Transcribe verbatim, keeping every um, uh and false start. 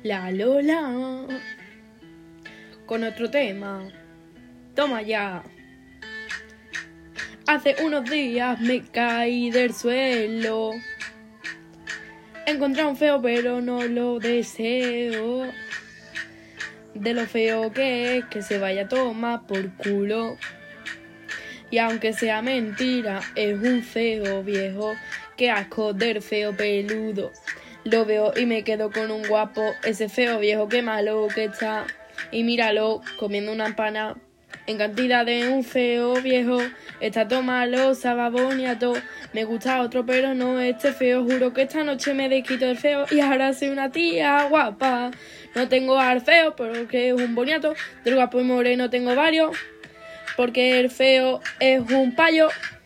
La Lola con otro tema. Toma ya. Hace unos días me caí del suelo. Encontré un feo pero no lo deseo. De lo feo que es, que se vaya a tomar por culo. Y aunque sea mentira, es un feo viejo. Qué asco del feo peludo. Lo veo y me quedo con un guapo. Ese feo viejo, qué malo que está. Y míralo, comiendo una empana. En cantidad de un feo viejo. Está todo malo, sababoniato. Me gusta otro pero no este feo. Juro que esta noche me desquito el feo. Y ahora soy una tía guapa. No tengo al feo porque es un boniato. Del guapo y moreno tengo varios. Porque el feo es un payo.